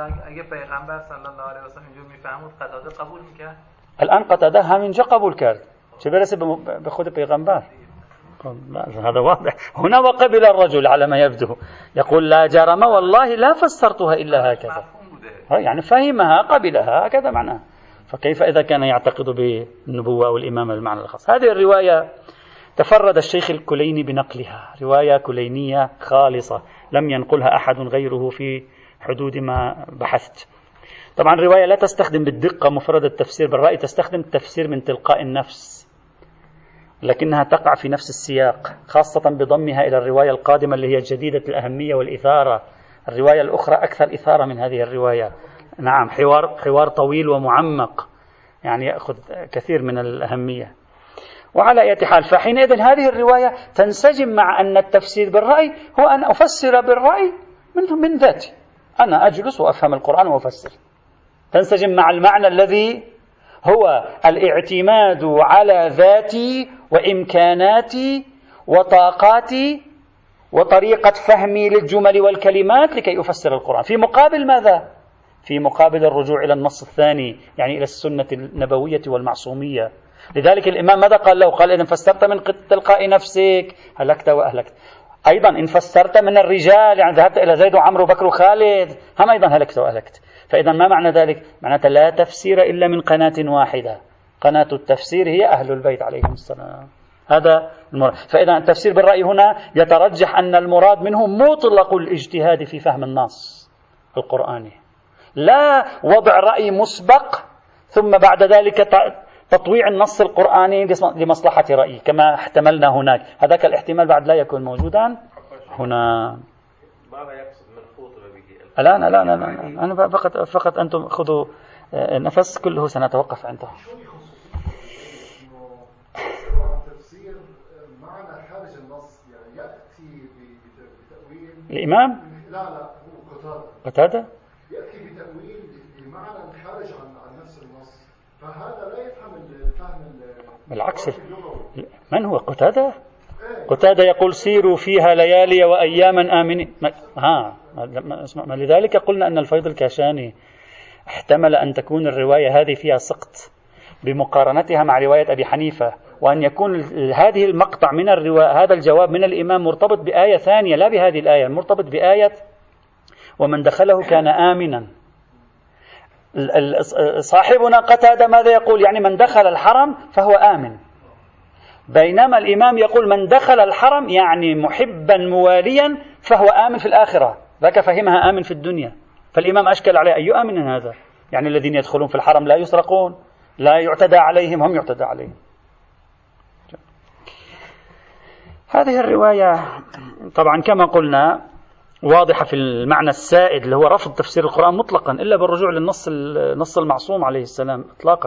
الآن قتادة همینجا قبول کرد، چه برسه به خود پیغمبر. هذا واضح هنا. وقبل الرجل على ما يبدو، يقول لا جرم والله لا فسرتها إلا هكذا، يعني فهمها قبلها هكذا معناه. فكيف إذا كان يعتقد بالنبوة والإمامة بالمعنى الخاص؟ هذه الرواية تفرد الشيخ الكليني بنقلها، رواية كلينية خالصة لم ينقلها أحد غيره في حدود ما بحثت. طبعا الرواية لا تستخدم بالدقة مفرد التفسير بالرأي، تستخدم التفسير من تلقاء النفس، لكنها تقع في نفس السياق، خاصة بضمها إلى الرواية القادمة اللي هي جديدة الأهمية والإثارة. الرواية الأخرى أكثر إثارة من هذه الرواية. نعم حوار طويل ومعمق، يعني يأخذ كثير من الأهمية. وعلى أي حال فحينئذ هذه الرواية تنسجم مع أن التفسير بالرأي هو أن أفسر بالرأي من ذاتي، أنا أجلس وأفهم القرآن وأفسر، تنسجم مع المعنى الذي هو الاعتماد على ذاتي وإمكاناتي وطاقاتي وطريقة فهمي للجمل والكلمات لكي أفسر القرآن. في مقابل ماذا؟ في مقابل الرجوع إلى النص الثاني، يعني إلى السنة النبوية والمعصومية. لذلك الإمام ماذا قال له؟ قال إن فسرت من تلقاء نفسك هلكت وأهلكت. أيضا إن فسرت من الرجال، يعني ذهبت إلى زيد وعمرو وبكر وخالد، هم أيضا هلكت وأهلكت. فإذا ما معنى ذلك؟ معناته لا تفسير إلا من قناة واحدة، قناة التفسير هي أهل البيت عليهم السلام. هذا المراد. فإذا التفسير بالرأي هنا يترجح أن المراد منه مطلق الاجتهاد في فهم النص القرآني، لا وضع رأي مسبق ثم بعد ذلك تطويع النص القرآني لمصلحة رأي كما احتملنا هناك. هذاك الاحتمال بعد لا يكون موجودا هنا. ماذا يقصد من خطبة به؟ الآن أنا فقط أنتم خذوا نفس، كله سنتوقف عنده. تفسير معنى خارج النص، يعني يأتي بتأويل الإمام لا هو قتادة يأتي بتأويل بمعنى خارج عن نفس النص، فهذا لا يفهم الفهم بالعكس. من هو قتادة؟ قتادة يقول سيروا فيها ليالي وأياما آمنين. لذلك قلنا أن الفيض الكاشاني احتمل أن تكون الرواية هذه فيها سقط بمقارنتها مع رواية أبي حنيفة، وأن يكون هذه المقطع من الرواية، هذا الجواب من الإمام مرتبط بآية ثانية لا بهذه الآية، مرتبط بآية ومن دخله كان آمنا. صاحبنا قتادة ماذا يقول؟ يعني من دخل الحرم فهو آمن، بينما الإمام يقول من دخل الحرم يعني محبا مواليا فهو آمن في الآخرة، ذاك فهمها آمن في الدنيا. فالإمام أشكل عليه أي آمن هذا؟ يعني الذين يدخلون في الحرم لا يسرقون، لا يعتدى عليهم، هم يعتدى عليهم. هذه الرواية طبعا كما قلنا واضحة في المعنى السائد اللي هو رفض تفسير القرآن مطلقا إلا بالرجوع للنص المعصوم عليه السلام إطلاقا.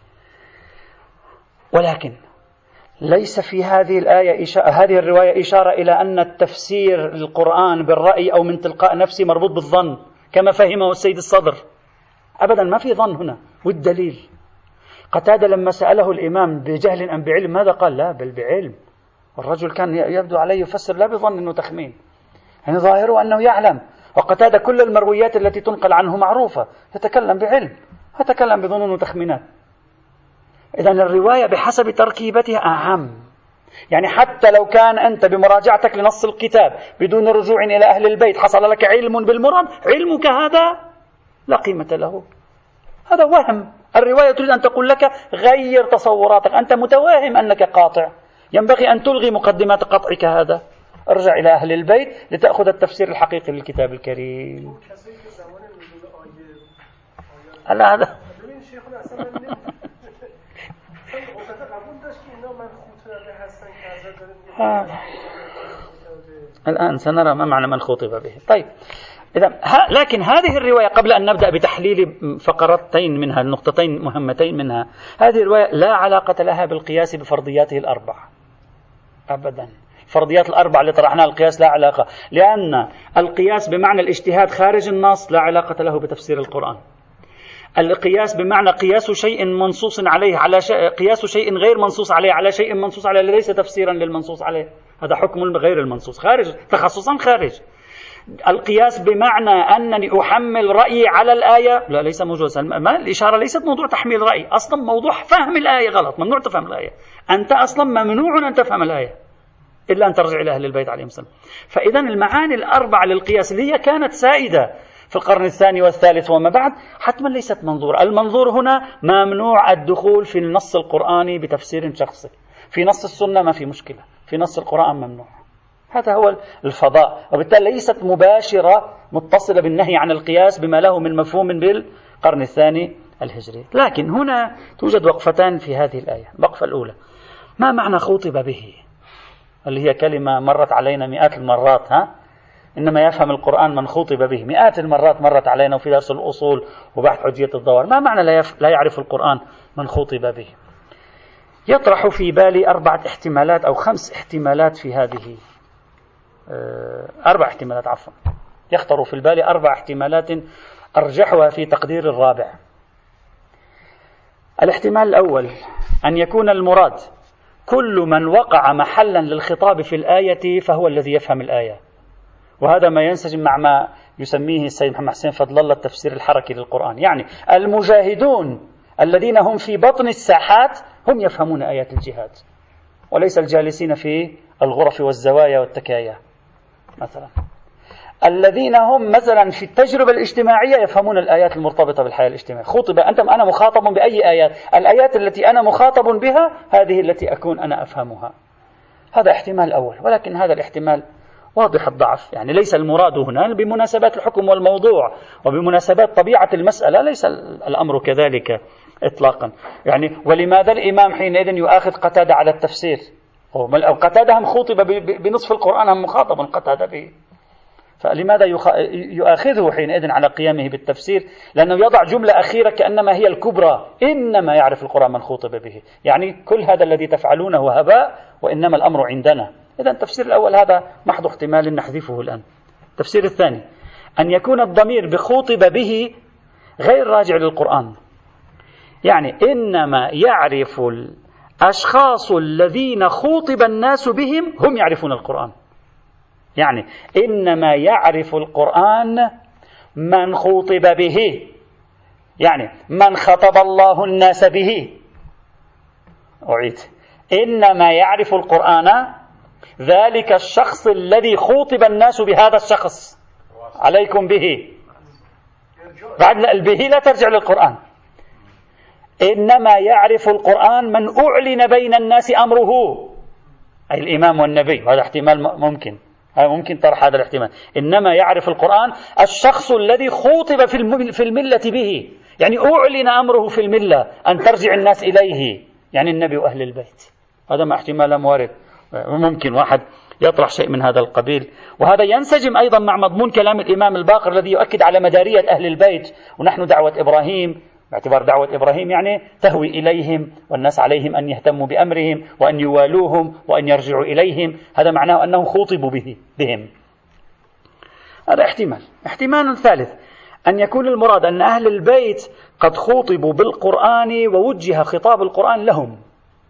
ولكن ليس في هذه الآية هذه الرواية إشارة إلى أن التفسير القرآن بالرأي أو من تلقاء نفسه مربوط بالظن كما فهمه السيد الصدر. أبدا ما في ظن هنا. والدليل قتادة لما سأله الإمام بجهل أم بعلم ماذا قال؟ لا بل بعلم. والرجل كان يبدو عليه يفسر لا بظن أنه تخمين، يعني ظاهره أنه يعلم. وقتادة كل المرويات التي تنقل عنه معروفة، يتكلم بعلم، يتكلم بظنون وتخمينات. إذن الرواية بحسب تركيبتها أهم. يعني حتى لو كان أنت بمراجعتك لنص الكتاب بدون رجوع إلى أهل البيت حصل لك علم بالمراد، علمك هذا لا قيمة له، هذا وهم. الرواية تريد أن تقول لك غير تصوراتك، أنت متوهم أنك قاطع، ينبغي أن تلغي مقدمات قطعك هذا، ارجع إلى أهل البيت لتأخذ التفسير الحقيقي للكتاب الكريم. هذا الآن سنرى ما معنى من خطب به. طيب إذا لكن هذه الرواية قبل أن نبدأ بتحليل فقرتين منها، النقطتين مهمتين منها، هذه الرواية لا علاقة لها بالقياس بفرضياته الأربع أبدا. فرضيات الأربع اللي طرحناها القياس لا علاقة، لأن القياس بمعنى الاجتهاد خارج النص لا علاقة له بتفسير القرآن. القياس بمعنى قياس شيء منصوص عليه على شيء، قياس شيء غير منصوص عليه على شيء منصوص عليه ليس تفسيرا للمنصوص عليه، هذا حكم غير المنصوص خارج تخصصا خارج. القياس بمعنى أنني أحمل رأيي على الآية لا ليس موجود. الإشارة ليست موضوع تحميل رأي، أصلا موضوع فهم الآية غلط، ممنوع تفهم الآية، أنت أصلا ممنوع أن تفهم الآية إلا أن ترجع إلى أهل البيت عليهم السلام. فإذا المعاني الأربعة للقياس اللي هي كانت سائدة في القرن الثاني والثالث وما بعد حتما ليست منظور. المنظور هنا ممنوع الدخول في النص القرآني بتفسير شخصي، في نص السنة ما في مشكلة، في نص القرآن ممنوع. هذا هو الفضاء، وبالتالي ليست مباشرة متصلة بالنهي عن القياس بما له من مفهوم بالقرن الثاني الهجري. لكن هنا توجد وقفتان في هذه الآية. الوقفة الأولى ما معنى خطب به، اللي هي كلمة مرت علينا مئات المرات، إنما يفهم القرآن من خطب به، مئات المرات مرت علينا وفي درس الأصول وبحث حجية الظواهر. ما معنى لا يعرف القرآن من خطب به؟ يطرح في بالي 4 احتمالات أو 5 احتمالات في هذه 4 احتمالات عفوا، يخطر في البالي 4 احتمالات أرجحها في تقدير الرابع. الاحتمال الأول أن يكون المراد كل من وقع محلا للخطاب في الآية فهو الذي يفهم الآية، وهذا ما ينسجم مع ما يسميه السيد محمد حسين فضل الله التفسير الحركي للقرآن. يعني المجاهدون الذين هم في بطن الساحات هم يفهمون آيات الجهاد، وليس الجالسين في الغرف والزوايا والتكايا مثلا. الذين هم مثلا في التجربة الاجتماعية يفهمون الآيات المرتبطة بالحياة الاجتماعية. خطب أنا مخاطب بأي آيات، الآيات التي أنا مخاطب بها هذه التي أكون أنا أفهمها. هذا احتمال أول، ولكن هذا الاحتمال واضح الضعف. يعني ليس المراد هنا بمناسبات الحكم والموضوع وبمناسبات طبيعة المسألة، ليس الأمر كذلك إطلاقا. يعني ولماذا الإمام حينئذ يؤاخذ قتادة على التفسير؟ أو قتادة هم خطب بنصف القرآن، هم مخاطب قتادة به، فلماذا يؤاخذه حينئذ على قيامه بالتفسير؟ لأنه يضع جملة أخيرة كأنما هي الكبرى، إنما يعرف القرآن من خطب به، يعني كل هذا الذي تفعلونه هباء وإنما الأمر عندنا. إذن التفسير الأول هذا محض احتمال نحذفه الآن. التفسير الثاني أن يكون الضمير بخطب به غير راجع للقرآن، يعني إنما يعرف الأشخاص الذين خطب الناس بهم هم يعرفون القرآن، يعني إنما يعرف القرآن من خطب به يعني من خطب الله الناس به، أعيد، إنما يعرف القرآن ذلك الشخص الذي خوطب الناس بهذا الشخص، عليكم به، بعد البه لا ترجع للقرآن. إنما يعرف القرآن من أعلن بين الناس أمره، أي الإمام والنبي. هذا احتمال ممكن طرح هذا الاحتمال. إنما يعرف القرآن الشخص الذي خوطب في الملة به، يعني أعلن أمره في الملة أن ترجع الناس إليه، يعني النبي وأهل البيت. هذا ما احتمال وارد، ممكن واحد يطرح شيء من هذا القبيل. وهذا ينسجم أيضا مع مضمون كلام الإمام الباقر الذي يؤكد على مدارية أهل البيت. ونحن دعوة إبراهيم، باعتبار دعوة إبراهيم يعني تهوي إليهم، والناس عليهم أن يهتموا بأمرهم وأن يوالوهم وأن يرجعوا إليهم، هذا معناه أنهم خوطبوا بهم. هذا احتمال ثالث، أن يكون المراد أن أهل البيت قد خوطبوا بالقرآن ووجه خطاب القرآن لهم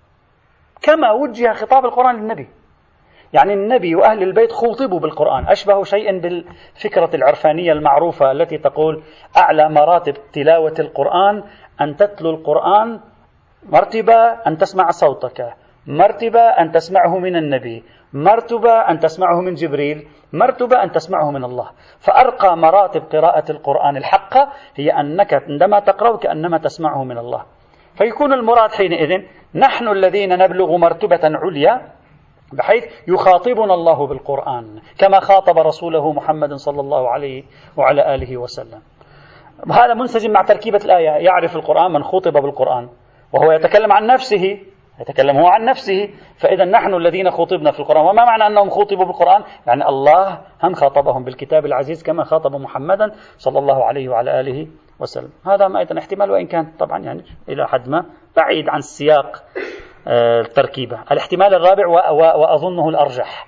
كما وجه خطاب القرآن للنبي. يعني النبي وأهل البيت خوطبوا بالقرآن، أشبه شيء بالفكرة العرفانية المعروفة التي تقول أعلى مراتب تلاوة القرآن أن تتلو القرآن، مرتبة أن تسمع صوتك، مرتبة أن تسمعه من النبي، مرتبة أن تسمعه من جبريل، مرتبة أن تسمعه من الله. فأرقى مراتب قراءة القرآن الحقة هي أنك عندما تقرأ كأنما تسمعه من الله. فيكون المراد حينئذ نحن الذين نبلغ مرتبة عليا بحيث يخاطبنا الله بالقرآن كما خاطب رسوله محمد صلى الله عليه وعلى آله وسلم. هذا منسجم مع تركيبة الآية، يعرف القرآن من خوطب بالقرآن، وهو يتكلم عن نفسه، يتكلم هو عن نفسه. فإذا نحن الذين خوطبنا في القرآن. وما معنى أنهم خوطبوا بالقرآن؟ يعني الله هم خاطبهم بالكتاب العزيز كما خاطب محمدا صلى الله عليه وعلى آله وسلم. هذا ما أيضا احتمال، وإن كان طبعا يعني إلى حد ما بعيد عن السياق التركيبة. الاحتمال الرابع وأظنه الأرجح،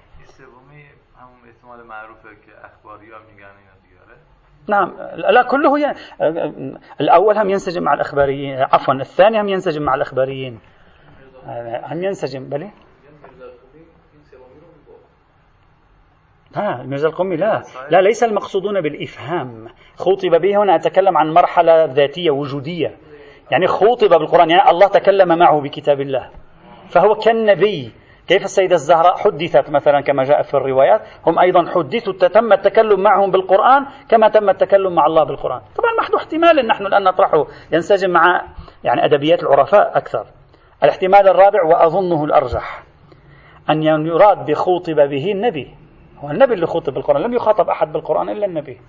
نعم لا كله الأول هم ينسجم مع الأخباريين، عفوا الثاني هم ينسجم مع الأخباريين، هم ينسجم بلي الميرزا القمي لا ليس المقصودون بالإفهام. خوطب به هنا أتكلم عن مرحلة ذاتية وجودية، يعني خوطب بالقرآن يعني الله تكلم معه بكتاب الله، فهو كالنبي. كيف السيدة الزهراء حدثت مثلا كما جاء في الروايات، هم أيضا حدثوا تم التكلم معهم بالقرآن كما تم التكلم مع الله بالقرآن. طبعا محدود احتمال نحن الآن نطرحه ينسجم مع يعني أدبيات العرفاء أكثر. الاحتمال الرابع وأظنه الأرجح أن يراد بخوطب به النبي، هو النبي اللي خوطب بالقرآن، لم يخاطب أحد بالقرآن إلا النبي،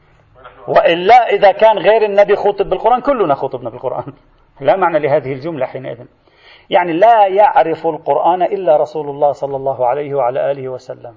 وإلا إذا كان غير النبي خوطب بالقرآن كلنا خوطبنا بالقرآن. لا معنى لهذه الجملة حينئذ. يعني لا يعرف القرآن إلا رسول الله صلى الله عليه وعلى آله وسلم.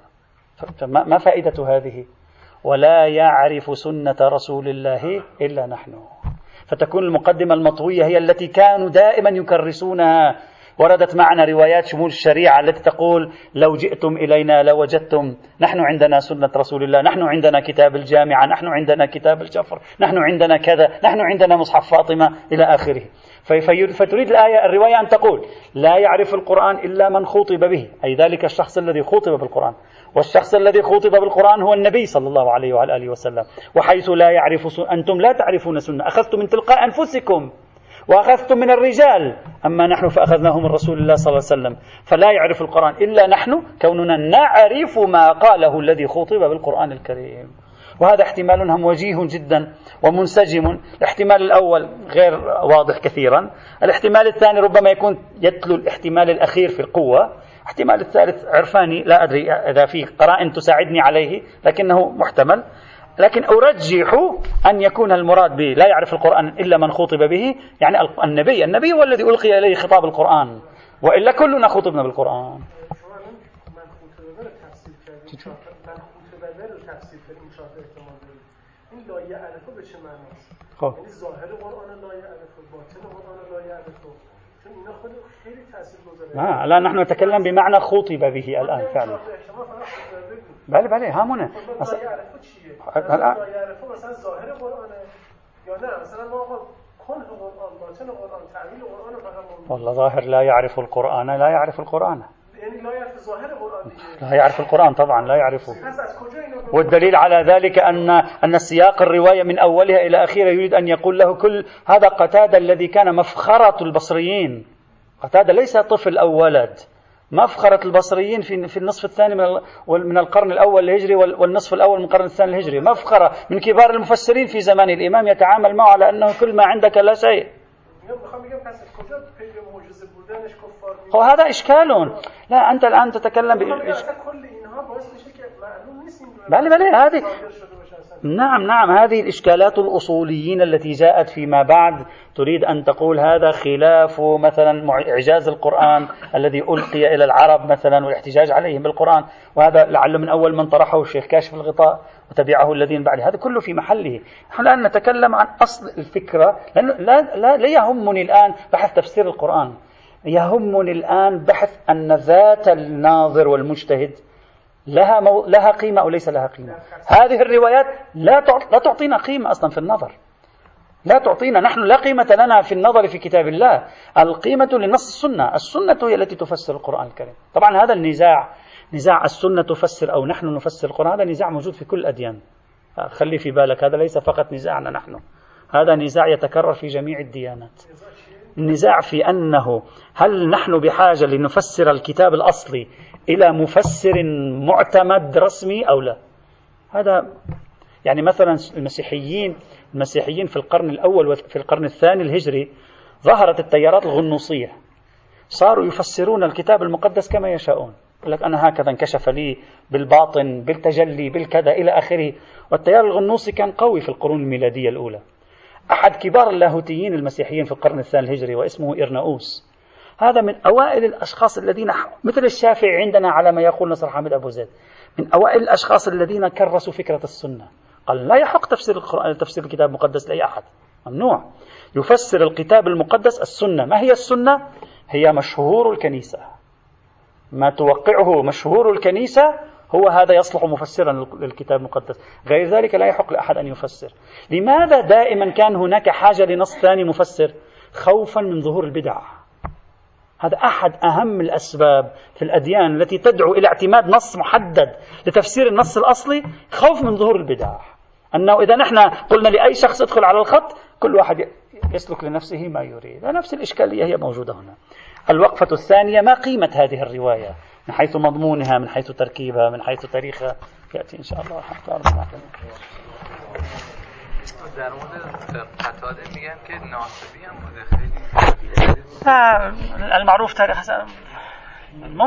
ما فائدة هذه؟ ولا يعرف سنة رسول الله إلا نحن. فتكون المقدمة المطوية هي التي كانوا دائما يكرسونها. وردت معنا روايات شمول الشريعة التي تقول لو جئتم إلينا لوجدتم، نحن عندنا سنة رسول الله، نحن عندنا كتاب الجامعة، نحن عندنا كتاب الجفر، نحن عندنا كذا، نحن عندنا مصحف فاطمة إلى آخره. فتريد الرواية أن تقول لا يعرف القرآن إلا من خوطب به، أي ذلك الشخص الذي خوطب بالقرآن، والشخص الذي خوطب بالقرآن هو النبي صلى الله عليه وعلى آله وسلم. وحيث لا يعرف أنتم لا تعرفون سنة، أخذتم من تلقاء أنفسكم وأخذتم من الرجال، أما نحن فأخذناه من رسول الله صلى الله عليه وسلم. فلا يعرف القرآن إلا نحن كوننا نعرف ما قاله الذي خوطب بالقرآن الكريم. وهذا احتمال هم وجيه جدا ومنسجم. الاحتمال الأول غير واضح كثيرا، الاحتمال الثاني ربما يكون يتلو الاحتمال الأخير في القوة، الاحتمال الثالث عرفاني لا أدري إذا في قرائن تساعدني عليه لكنه محتمل. لكن أرجح أن يكون المراد به لا يعرف القرآن إلا من خوطب به، يعني النبي هو الذي ألقي إليه خطاب القرآن، وإلا كلنا خطبنا بالقرآن. لا نحن نتكلم بمعنى خوطب به الآن فعلا. بله هامونه والله ظاهر لا يعرف القرآن لا يعرف القرآن طبعا، لا يعرفه. والدليل على ذلك أن سياق الرواية من أولها إلى آخرها يريد أن يقول له كل هذا قتادة الذي كان مفخرة البصريين. قتادة ليس طفل أو ولد، مفخرة البصريين في النصف الثاني من القرن الأول الهجري والنصف الأول من القرن الثاني الهجري، مفخرة من كبار المفسرين في زمان الإمام، يتعامل معه على أنه كل ما عندك لا شيء. وهذا إشكال. لا أنت الآن تتكلم بله هذه نعم هذه الإشكالات الأصوليين التي جاءت فيما بعد تريد أن تقول هذا خلاف مثلا إعجاز القرآن الذي ألقي إلى العرب مثلا والاحتجاج عليهم بالقرآن، وهذا لعله من أول من طرحه الشيخ كاشف الغطاء وتبعه الذين بعد. هذا كله في محله. نحن الآن نتكلم عن أصل الفكرة، لأن لا يهمني الآن بحث تفسير القرآن، يهمني الآن بحث أن ذات الناظر والمجتهد لها قيمة أو ليس لها قيمة. هذه الروايات لا تعطينا قيمة أصلا في النظر، لا تعطينا، نحن لا قيمة لنا في النظر في كتاب الله، القيمة لنص السنة هي التي تفسر القرآن الكريم. طبعا هذا نزاع السنة تفسر أو نحن نفسر القرآن، هذا نزاع موجود في كل الأديان، خلي في بالك، هذا ليس فقط نزاعنا نحن، هذا نزاع يتكرر في جميع الديانات. النزاع في أنه هل نحن بحاجة لنفسر الكتاب الأصلي إلى مفسر معتمد رسمي أو لا. هذا يعني مثلا المسيحيين في القرن الأول وفي القرن الثاني الهجري ظهرت التيارات الغنوصية، صاروا يفسرون الكتاب المقدس كما يشاءون، يقول لك أنا هكذا انكشف لي بالباطن بالتجلي بالكذا إلى آخره. والتيار الغنوصي كان قوي في القرون الميلادية الأولى. أحد كبار اللاهوتيين المسيحيين في القرن الثاني الهجري واسمه إرناؤوس، هذا من أوائل الأشخاص الذين مثل الشافعي عندنا على ما يقول نصر حامد أبو زيد، من أوائل الأشخاص الذين كرسوا فكرة السنة. قال لا يحق تفسير الكتاب المقدس لأي أحد، ممنوع. يفسر الكتاب المقدس السنة. ما هي السنة؟ هي مشهور الكنيسة، ما توقعه مشهور الكنيسة هو هذا يصلح مفسرا للكتاب المقدس، غير ذلك لا يحق لأحد أن يفسر. لماذا دائما كان هناك حاجة لنص ثاني مفسر؟ خوفا من ظهور البدع. هذا أحد أهم الأسباب في الأديان التي تدعو إلى اعتماد نص محدد لتفسير النص الأصلي، خوف من ظهور البدع، أنه إذا نحن قلنا لأي شخص ادخل على الخط كل واحد يسلك لنفسه ما يريد. نفس الإشكالية هي موجودة هنا. الوقفة الثانية، ما قيمة هذه الرواية من حيث مضمونها، من حيث تركيبها، من حيث تاريخها، يأتي إن شاء الله حتى در مورد قتاده میگن که ناصبی هم بوده، خیلی المعروف تاريخ